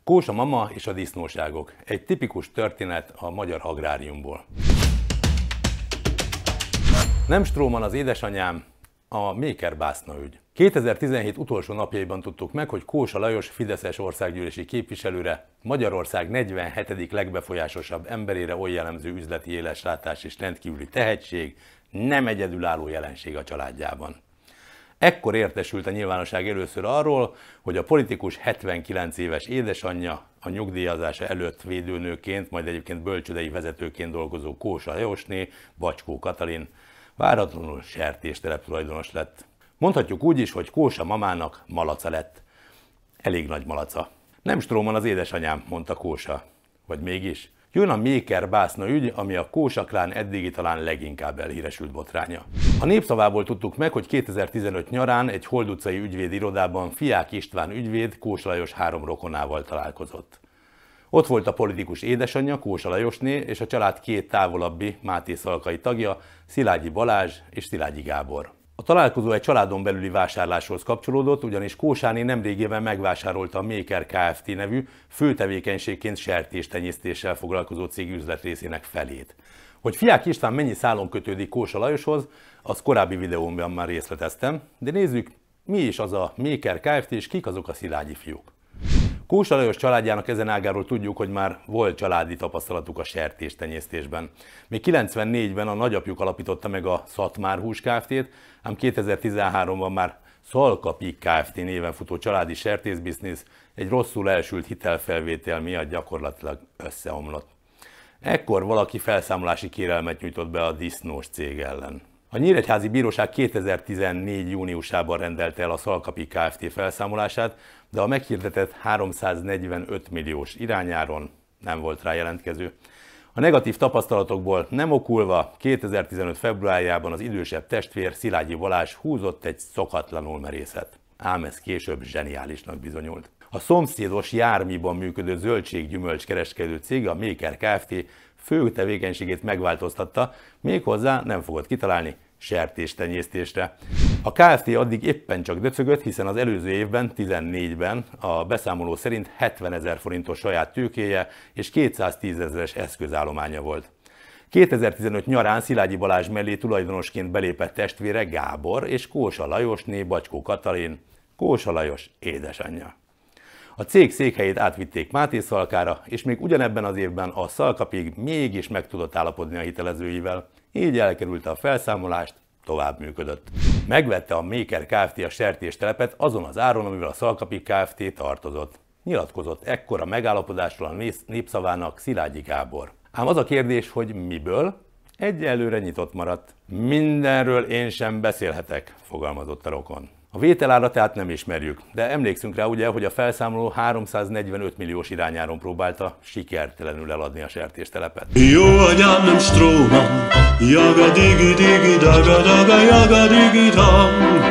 Kósa mama és a disznóságok. Egy tipikus történet a magyar agráriumból. Nem Stróman az édesanyám, a Méker-Bászna ügy. 2017 utolsó napjaiban tudtuk meg, hogy Kósa Lajos fideszes országgyűlési képviselőre, Magyarország 47. legbefolyásosabb emberére oly jellemző üzleti éleslátás és rendkívüli tehetség, nem egyedülálló jelenség a családjában. Ekkor értesült a nyilvánosság először arról, hogy a politikus 79 éves édesanyja, a nyugdíjazása előtt védőnőként, majd egyébként bölcsődei vezetőként dolgozó Kósa Lajosné, Bacskó Katalin váratlanul sertéstelep tulajdonos lett. Mondhatjuk úgy is, hogy Kósa mamának malaca lett. Elég nagy malaca. Nem Stróman az édesanyám, mondta Kósa. Vagy mégis? Jön a Méker-Bászna ügy, ami a Kósa klán eddigi talán leginkább elhíresült botránya. A Népszavából tudtuk meg, hogy 2015 nyarán egy Hold utcai ügyvédi irodában Fiák István ügyvéd Kósa Lajos 3 rokonával találkozott. Ott volt a politikus édesanyja, Kósa Lajosné, és a család 2 távolabbi Máté Szalkai tagja, Szilágyi Balázs és Szilágyi Gábor. A találkozó egy családon belüli vásárláshoz kapcsolódott, ugyanis Kósáné nemrégében megvásárolta a Méker Kft. Nevű főtevékenységként sertéstenyésztéssel foglalkozó cég üzletrészének felét. Hogy Fiák István mennyi szálon kötődik Kósa Lajoshoz, az korábbi videómban már részleteztem, de nézzük, mi is az a Méker Kft. És kik azok a szilágyi fiúk. Kósa Lajos családjának ezen ágáról tudjuk, hogy már volt családi tapasztalatuk a sertéstenyésztésben. Még 94-ben a nagyapjuk alapította meg a Szatmár Hús Kft-t, ám 2013-ban már Szalkapik Kft. Néven futó családi sertészbiznisz egy rosszul elsült hitelfelvétel miatt gyakorlatilag összeomlott. Ekkor valaki felszámolási kérelmet nyújtott be a disznós cég ellen. A Nyíregyházi Bíróság 2014. júniusában rendelte el a Szalkapik Kft. Felszámolását, de a meghirdetett 345 milliós irányáron nem volt rá jelentkező. A negatív tapasztalatokból nem okulva 2015. februárjában az idősebb testvér Szilágyi Balázs húzott egy szokatlanul merészet. Ám ez később zseniálisnak bizonyult. A szomszédos Jármiban működő zöldség-gyümölcs kereskedő cég, a Méker Kft. Fő tevékenységét megváltoztatta, méghozzá nem fogott kitalálni sertéstenyésztésre. A Kft. Addig éppen csak döcögött, hiszen az előző évben, 14-ben a beszámoló szerint 70 000 forintos saját tőkéje és 210 000-es eszközállománya volt. 2015 nyarán Szilágyi Balázs mellé tulajdonosként belépett testvére Gábor és Kósa Lajosné, Bacskó Katalin, Kósa Lajos édesanyja. A cég székhelyét átvitték Mátészalkára, és még ugyanebben az évben a Szalkapig mégis meg tudott állapodni a hitelezőivel. Így elkerülte a felszámolást, tovább működött. Megvette a Méker Kft. A sertéstelepet azon az áron, amivel a Szalkapik Kft. Tartozott. Nyilatkozott ekkor a megállapodásról a Népszavának Szilágyi Gábor. Ám az a kérdés, hogy miből? Egyelőre nyitott maradt. Mindenről én sem beszélhetek, fogalmazott a rokon. A vételára tehát nem ismerjük, de emlékszünk rá ugye, hogy a felszámoló 345 milliós irányáron próbálta sikertelenül eladni a sertéstelepet. Jó anyám, nem Stróman, jaga digi digi daga daga jaga digi dam.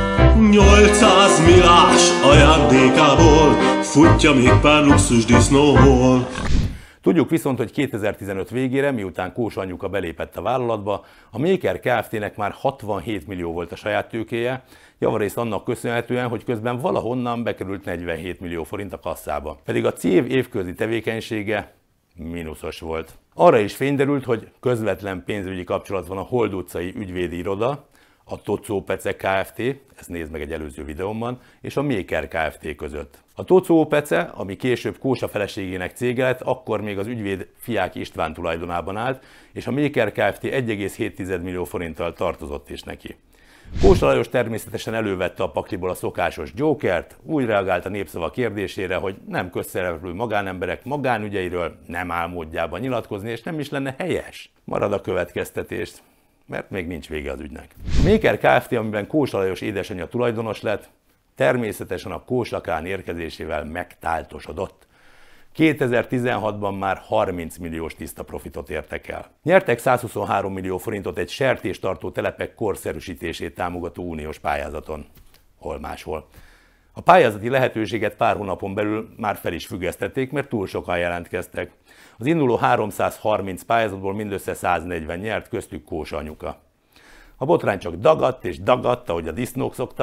800 millás ajándékából futja még pár luxus disznóból. Tudjuk viszont, hogy 2015 végére, miután Kósa anyuka belépett a vállalatba, a Méker Kft-nek már 67 millió volt a saját tőkéje, javarészt annak köszönhetően, hogy közben valahonnan bekerült 47 millió forint a kasszába. Pedig a cég évközi tevékenysége mínuszos volt. Arra is fényderült, hogy közvetlen pénzügyi kapcsolat van a Hold utcai ügyvédi iroda, a Tocó Pece Kft., ezt nézd meg egy előző videómban, és a Méker Kft. Között. A Tocó Pece, ami később Kósa feleségének cége lett, akkor még az ügyvéd Fiák István tulajdonában állt, és a Méker Kft. 1,7 millió forinttal tartozott is neki. Kósa Lajos természetesen elővette a pakliból a szokásos jokert, úgy reagált a Népszava kérdésére, hogy nem közszereplő magánemberek magánügyeiről nem áll módjában nyilatkozni, és nem is lenne helyes. Marad a következtetést, mert még nincs vége az ügynek. A Méker Kft., amiben Kósa Lajos édesanyja tulajdonos lett, természetesen a Kósa klán érkezésével megtáltosodott. 2016-ban már 30 milliós tiszta profitot értek el. Nyertek 123 millió forintot egy sertéstartó telepek korszerűsítését támogató uniós pályázaton. Hol máshol. A pályázati lehetőséget pár hónapon belül már fel is függesztették, mert túl sokan jelentkeztek. Az induló 330 pályázatból mindössze 140 nyert, köztük Kósa anyuka. A botrány csak dagadt és dagadt, ahogy a disznók szoktak,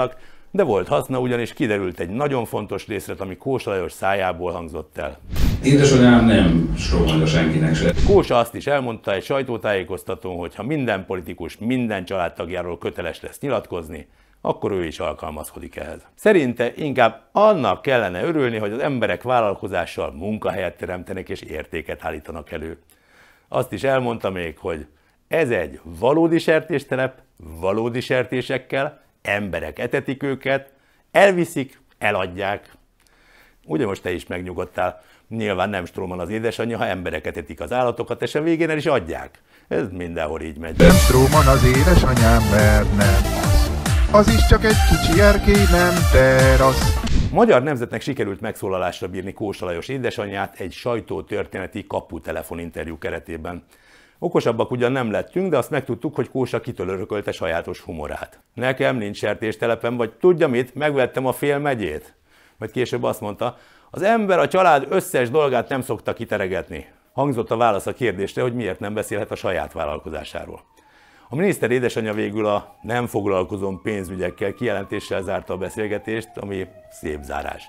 De volt haszna, ugyanis kiderült egy nagyon fontos részlet, ami Kósa Lajos szájából hangzott el. Édesanyám nem strómanja senkinek se. Kósa azt is elmondta egy sajtótájékoztatón, hogy ha minden politikus minden családtagjáról köteles lesz nyilatkozni, akkor ő is alkalmazkodik ehhez. Szerinte inkább annak kellene örülni, hogy az emberek vállalkozással munkahelyet teremtenek és értéket állítanak elő. Azt is elmondta még, hogy ez egy valódi sertéstelep, valódi sertésekkel, emberek etetik őket, elviszik, eladják. Ugye most te is megnyugodtál, nyilván nem Stróman az édesanyja, ha embereket etik az állatokat, és a végén el is adják. Ez mindenhol így megy. Nem Stróman az édesanyám, mert nem az. Az is csak egy kicsi erkély, nem terasz. A Magyar Nemzetnek sikerült megszólalásra bírni Kósa Lajos édesanyját egy sajtótörténeti kaputelefoninterjú keretében. Okosabbak ugyan nem lettünk, de azt megtudtuk, hogy Kósa kitől örökölte sajátos humorát. Nekem nincs sertéstelepem, vagy tudja mit, megvettem a fél megyét. Majd később azt mondta, az ember a család összes dolgát nem szokta kiteregetni. Hangzott a válasz a kérdésre, hogy miért nem beszélhet a saját vállalkozásáról. A miniszter édesanyja végül a nem foglalkozom pénzügyekkel kijelentéssel zárta a beszélgetést, ami szép zárás.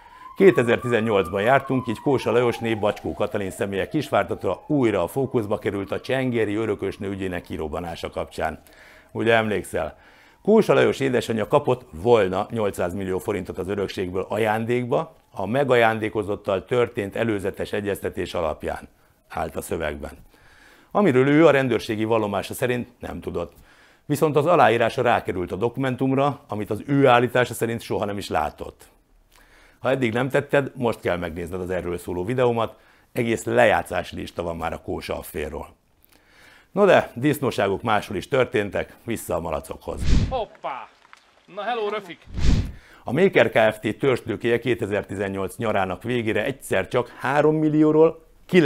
2018-ban jártunk, így Kósa Lajosné Bacskó Katalin személye Kisvártatra újra a fókuszba került a csengeri örökösnő ügyének kirobbanása kapcsán. Ugye emlékszel? Kósa Lajos édesanyja kapott volna 800 millió forintot az örökségből ajándékba, a megajándékozottal történt előzetes egyeztetés alapján, állt a szövegben. Amiről ő a rendőrségi vallomása szerint nem tudott. Viszont az aláírása rákerült a dokumentumra, amit az ő állítása szerint soha nem is látott. Ha eddig nem tetted, most kell megnézned az erről szóló videómat, egész lejátszási lista van már a Kósa afférról. No de, disznóságok máshol is történtek, vissza a malacokhoz. Hoppá! Na hello, Röfik! A Maker Kft. Törstőkéje 2018 nyarának végére egyszer csak 3 millióról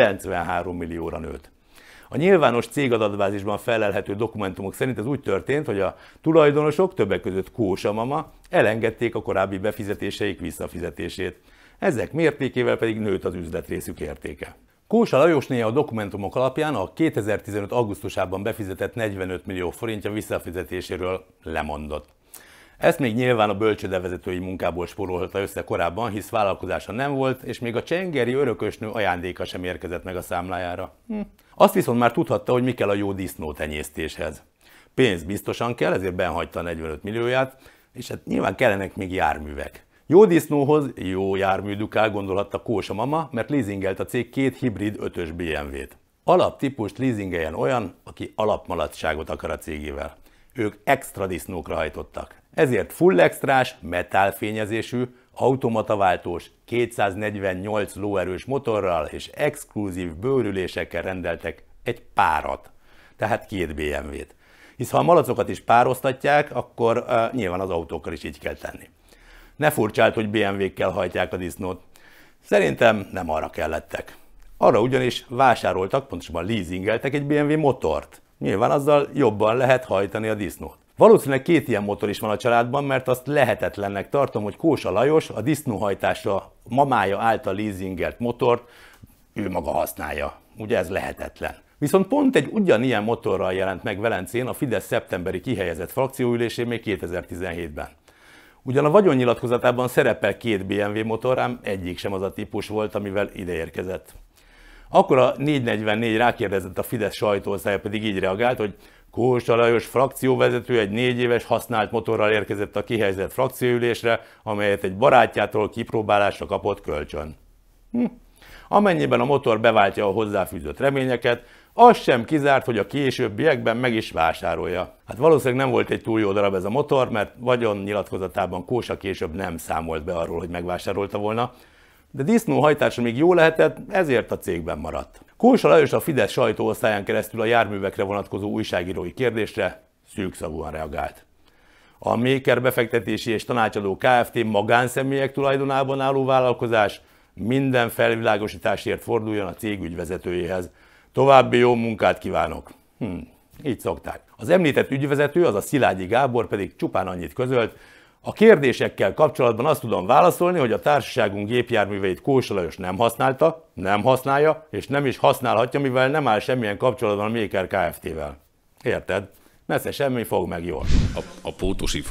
93 millióra nőtt. A nyilvános cégadatbázisban felelhető dokumentumok szerint ez úgy történt, hogy a tulajdonosok, többek között Kósa mama, elengedték a korábbi befizetéseik visszafizetését. Ezek mértékével pedig nőtt az üzletrészük értéke. Kósa Lajosné a dokumentumok alapján a 2015. augusztusában befizetett 45 millió forintja visszafizetéséről lemondott. Ezt még nyilván a bölcsődevezetői munkából spórolta össze korábban, hisz vállalkozása nem volt, és még a csengeri örökösnő ajándéka sem érkezett meg a számlájára. Azt viszont már tudhatta, hogy mi kell a jó disznótenyésztéshez. Pénz biztosan kell, ezért benhagyta a 45 millióját, és hát nyilván kellenek még járművek. Jó disznóhoz jó jármű dukál, gondolhatta Kósa mama, mert leasingelt a cég 2 hibrid 5-ös BMW-t. Alaptípust leasingeljen olyan, aki alapmalacságot akar a cégével. Ők extra disznókra hajtottak. Ezért full extrás, metálfényezésű, automataváltós, 248 lóerős motorral és exkluzív bőrülésekkel rendeltek egy párat, tehát 2 BMW-t. Hisz ha a malacokat is pároztatják, akkor nyilván az autókkal is így kell tenni. Ne furcsált, hogy BMW-kkel hajtják a disznót. Szerintem nem arra kellettek. Arra ugyanis vásároltak, pontosabban leasingeltek egy BMW motort. Nyilván azzal jobban lehet hajtani a disznót. Valószínűleg 2 ilyen motor is van a családban, mert azt lehetetlennek tartom, hogy Kósa Lajos a disznóhajtásra mamája által leasingelt motort ő maga használja. Ugye ez lehetetlen. Viszont pont egy ugyanilyen motorral jelent meg Velencén a Fidesz szeptemberi kihelyezett frakcióülésén még 2017-ben. Ugyan a vagyonnyilatkozatában szerepel 2 BMW motor, ám egyik sem az a típus volt, amivel ideérkezett. Akkor a 444 rákérdezett a Fidesz sajtóosztálya pedig így reagált, hogy Kósa Lajos frakcióvezető egy 4 éves használt motorral érkezett a kihelyezett frakcióülésre, amelyet egy barátjától kipróbálásra kapott kölcsön. Amennyiben a motor beváltja a hozzáfűzött reményeket, az sem kizárt, hogy a későbbiekben meg is vásárolja. Hát valószínűleg nem volt egy túl jó darab ez a motor, mert vagyonnyilatkozatában Kósa később nem számolt be arról, hogy megvásárolta volna, de disznóhajtása még jó lehetett, ezért a cégben maradt. Kósa Lajos a Fidesz sajtóosztályán keresztül a járművekre vonatkozó újságírói kérdésre szűkszavúan reagált. A Maker befektetési és tanácsadó Kft. Magánszemélyek tulajdonában álló vállalkozás minden felvilágosításért forduljon a cég ügyvezetőjéhez. További jó munkát kívánok! Így szokták. Az említett ügyvezető, azaz Szilágyi Gábor pedig csupán annyit közölt, a kérdésekkel kapcsolatban azt tudom válaszolni, hogy a társaságunk gépjárműveit Kósa Lajos nem használta, nem használja, és nem is használhatja, mivel nem áll semmilyen kapcsolatban a Maker Kft-vel. Érted? Nesze semmi, fog meg jól. A pótosifa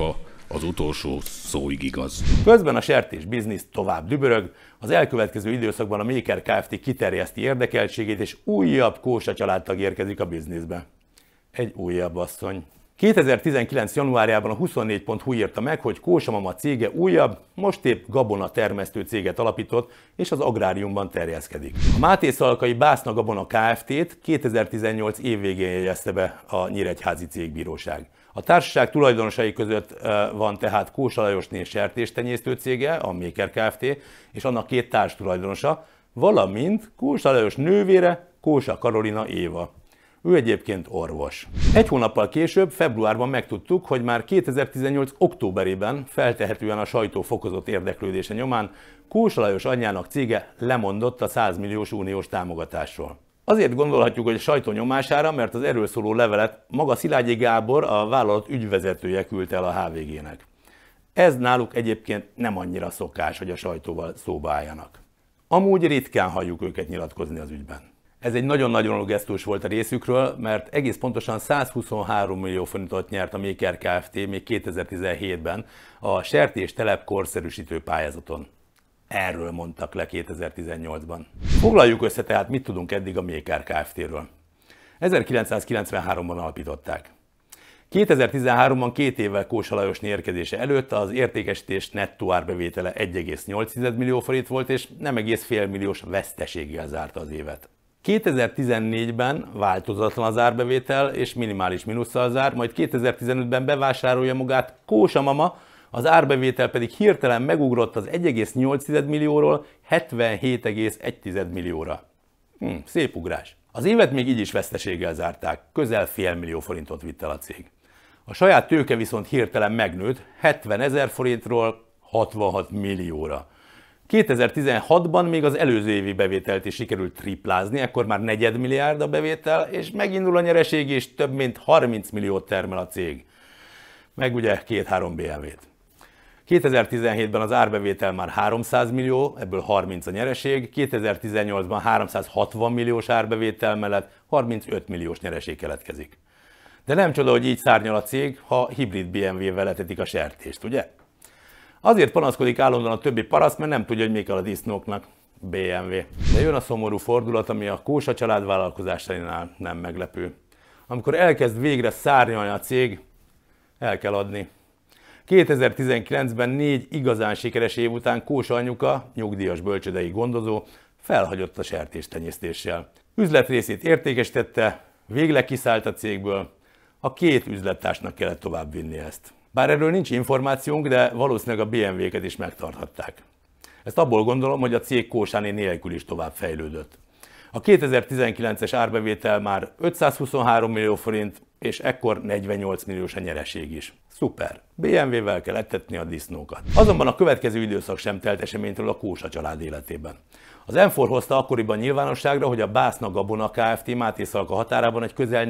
az utolsó szóig igaz. Közben a sertés biznisz tovább dübörög, az elkövetkező időszakban a Maker Kft. Kiterjeszti érdekeltségét, és újabb Kósa családtag érkezik a bizniszbe. Egy újabb asszony. 2019. januárjában a 24.hu írta meg, hogy Kósa mama cége újabb, most épp gabona termesztő céget alapított, és az agráriumban terjeszkedik. A Mátészalkai Bászna Gabona Kft-t 2018 év végén jegyezte be a nyíregyházi cégbíróság. A társaság tulajdonosai között van tehát Kósa Lajosné sertéstenyésztő cége, a Maker Kft. És annak 2 társtulajdonosa, valamint Kósa Lajos nővére, Kósa Karolina Éva. Ő egyébként orvos. Egy hónappal később, februárban megtudtuk, hogy már 2018. októberében, feltehetően a sajtó fokozott érdeklődése nyomán, Kósa Lajos anyjának cége lemondott a 100 milliós uniós támogatásról. Azért gondolhatjuk, hogy a sajtó nyomására, mert az erről szóló levelet maga Szilágyi Gábor, a vállalat ügyvezetője küldte el a HVG-nek. Ez náluk egyébként nem annyira szokás, hogy a sajtóval szóba álljanak. Amúgy ritkán halljuk őket nyilatkozni az ügyben. Ez egy nagyon-nagyon jó gesztus volt a részükről, mert egész pontosan 123 millió forintot nyert a Maker Kft. Még 2017-ben a sertéstelep korszerűsítő pályázaton. Erről mondtak le 2018-ban. Foglaljuk össze tehát, mit tudunk eddig a Maker Kft-ről. 1993-ban alapították. 2013-ban 2 évvel Kósa Lajosné érkezése előtt az értékesítés nettó árbevétele 1,8 millió forint volt, és nem egész félmilliós veszteséggel zárta az évet. 2014-ben változatlan az árbevétel és minimális mínusszal zár, majd 2015-ben bevásárolja magát Kósa mama, az árbevétel pedig hirtelen megugrott az 1,8 millióról 77,1 millióra. Szép ugrás. Az évet még így is veszteséggel zárták, közel fél millió forintot vitt el a cég. A saját tőke viszont hirtelen megnőtt 70 000 forintról 66 millióra. 2016-ban még az előző évi bevételt is sikerült triplázni, ekkor már 4 milliárd a bevétel, és megindul a nyereség, és több mint 30 milliót termel a cég. Meg ugye 2-3 BMW-t. 2017-ben az árbevétel már 300 millió, ebből 30 a nyereség, 2018-ban 360 milliós árbevétel mellett 35 milliós nyereség keletkezik. De nem csoda, hogy így szárnyal a cég, ha hibrid BMW-vel etetik a sertést, ugye? Azért panaszkodik állandóan a többi paraszt, mert nem tudja, hogy mi kell a disznóknak. BMW. De jön a szomorú fordulat, ami a Kósa család vállalkozásainál nem meglepő. Amikor elkezd végre szárnyalni a cég, el kell adni. 2019-ben 4 igazán sikeres év után Kósa anyuka, nyugdíjas bölcsődei gondozó, felhagyott a sertéstenyésztéssel. Üzletrészét értékesítette, végleg kiszállt a cégből, a 2 üzlettársnak kellett továbbvinni ezt. Bár erről nincs információnk, de valószínűleg a BMW-ket is megtarthatták. Ezt abból gondolom, hogy a cég Kósáné nélkül is tovább fejlődött. A 2019-es árbevétel már 523 millió forint, és ekkor 48 milliós a nyereség is. Szuper! BMW-vel kell ettetni a disznókat. Azonban a következő időszak sem telt eseménytől a Kósa család életében. Az M4 hozta akkoriban nyilvánosságra, hogy a Bászna Gabona Kft. Mátészalka határában egy közel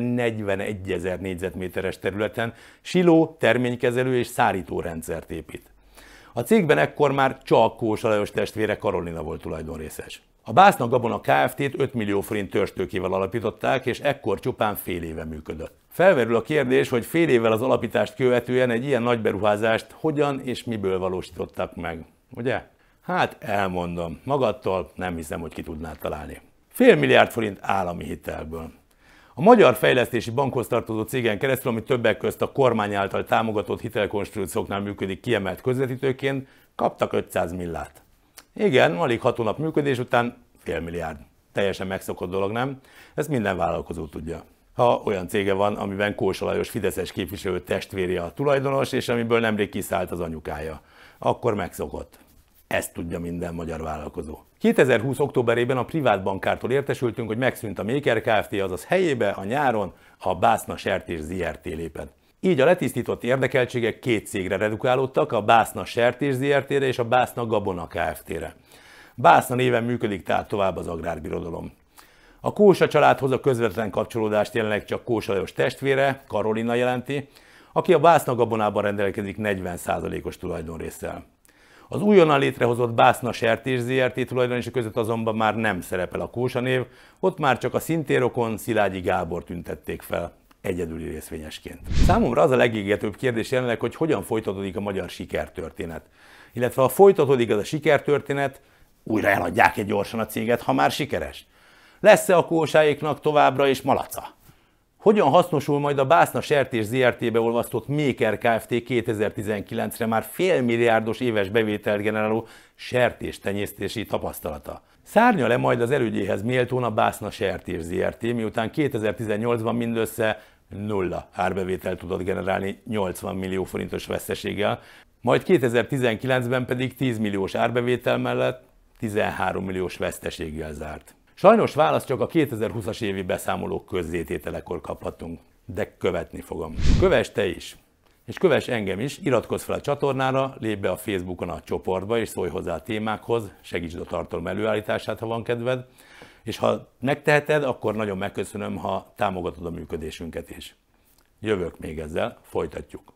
41 000 négyzetméteres területen siló, terménykezelő és szárítórendszert épít. A cégben ekkor már csak Kósa Lajos testvére Karolina volt tulajdonrészes. A Bászna Gabona Kft-t 5 millió forint törstőkével alapították, és ekkor csupán fél éve működött. Felmerül a kérdés, hogy fél évvel az alapítást követően egy ilyen nagy beruházást hogyan és miből valósítottak meg, ugye? Hát elmondom, magadtól nem hiszem, hogy ki tudnád találni. Fél milliárd forint állami hitelből. A Magyar Fejlesztési Bankhoz tartozó cégen keresztül, ami többek közt a kormány által támogatott hitelkonstrukcióknál működik kiemelt közvetítőként, kaptak 500 millát. Igen, alig 6 hónap működés után fél milliárd. Teljesen megszokott dolog, nem? Ezt minden vállalkozó tudja. Ha olyan cége van, amiben Kósa Lajos fideszes képviselő testvére a tulajdonos, és amiből nemrég kiszállt az anyukája, akkor megszokott. Ezt tudja minden magyar vállalkozó. 2020. októberében a privát bankártól értesültünk, hogy megszűnt a Maker Kft., azaz helyébe a nyáron a Bászna Sertés Zrt. Lépett. Így a letisztított érdekeltségek 2 cégre redukálódtak, a Bászna Sertés Zrt.-re és a Bászna Gabona Kft.-re. Bászna néven működik tehát tovább az agrárbirodalom. A Kósa családhoz a közvetlen kapcsolódást jelenleg csak Kósa Lajos testvére, Karolina jelenti, aki a Bászna Gabonában rendelkezik 40%-os tulajdonrésszel. Az újonnan létrehozott Bászna Sertés Zrt. Tulajdonosok között azonban már nem szerepel a Kósa név, ott már csak a szintén rokon Szilágyi Gábor tüntették fel. egyedüli részvényesként. Számomra az a legégetőbb kérdés jelenleg, hogy hogyan folytatódik a magyar sikertörténet. Illetve ha folytatódik ez a sikertörténet, újra eladják gyorsan a céget, ha már sikeres. Lesz-e a Kósáéknak továbbra is malaca? Hogyan hasznosul majd a Bászna Sertés Zrt-be olvasztott Maker Kft. 2019-re már félmilliárdos éves bevételt generáló sertéstenyésztési tapasztalata? Szárnyal-e majd az elődjéhez méltón a Bászna Sertés Zrt, miután 2018-ban mindössze 0 árbevételt tudott generálni 80 millió forintos veszteséggel, majd 2019-ben pedig 10 milliós árbevétel mellett 13 milliós veszteséggel zárt. Sajnos választ csak a 2020-as évi beszámolók közzétételekor kaphatunk, de követni fogom. Kövess te is, és kövess engem is, iratkozz fel a csatornára, lépj be a Facebookon a csoportba, és szólj hozzá a témákhoz, segítsd a tartalom előállítását, ha van kedved, és ha megteheted, akkor nagyon megköszönöm, ha támogatod a működésünket is. Jövök még ezzel, folytatjuk.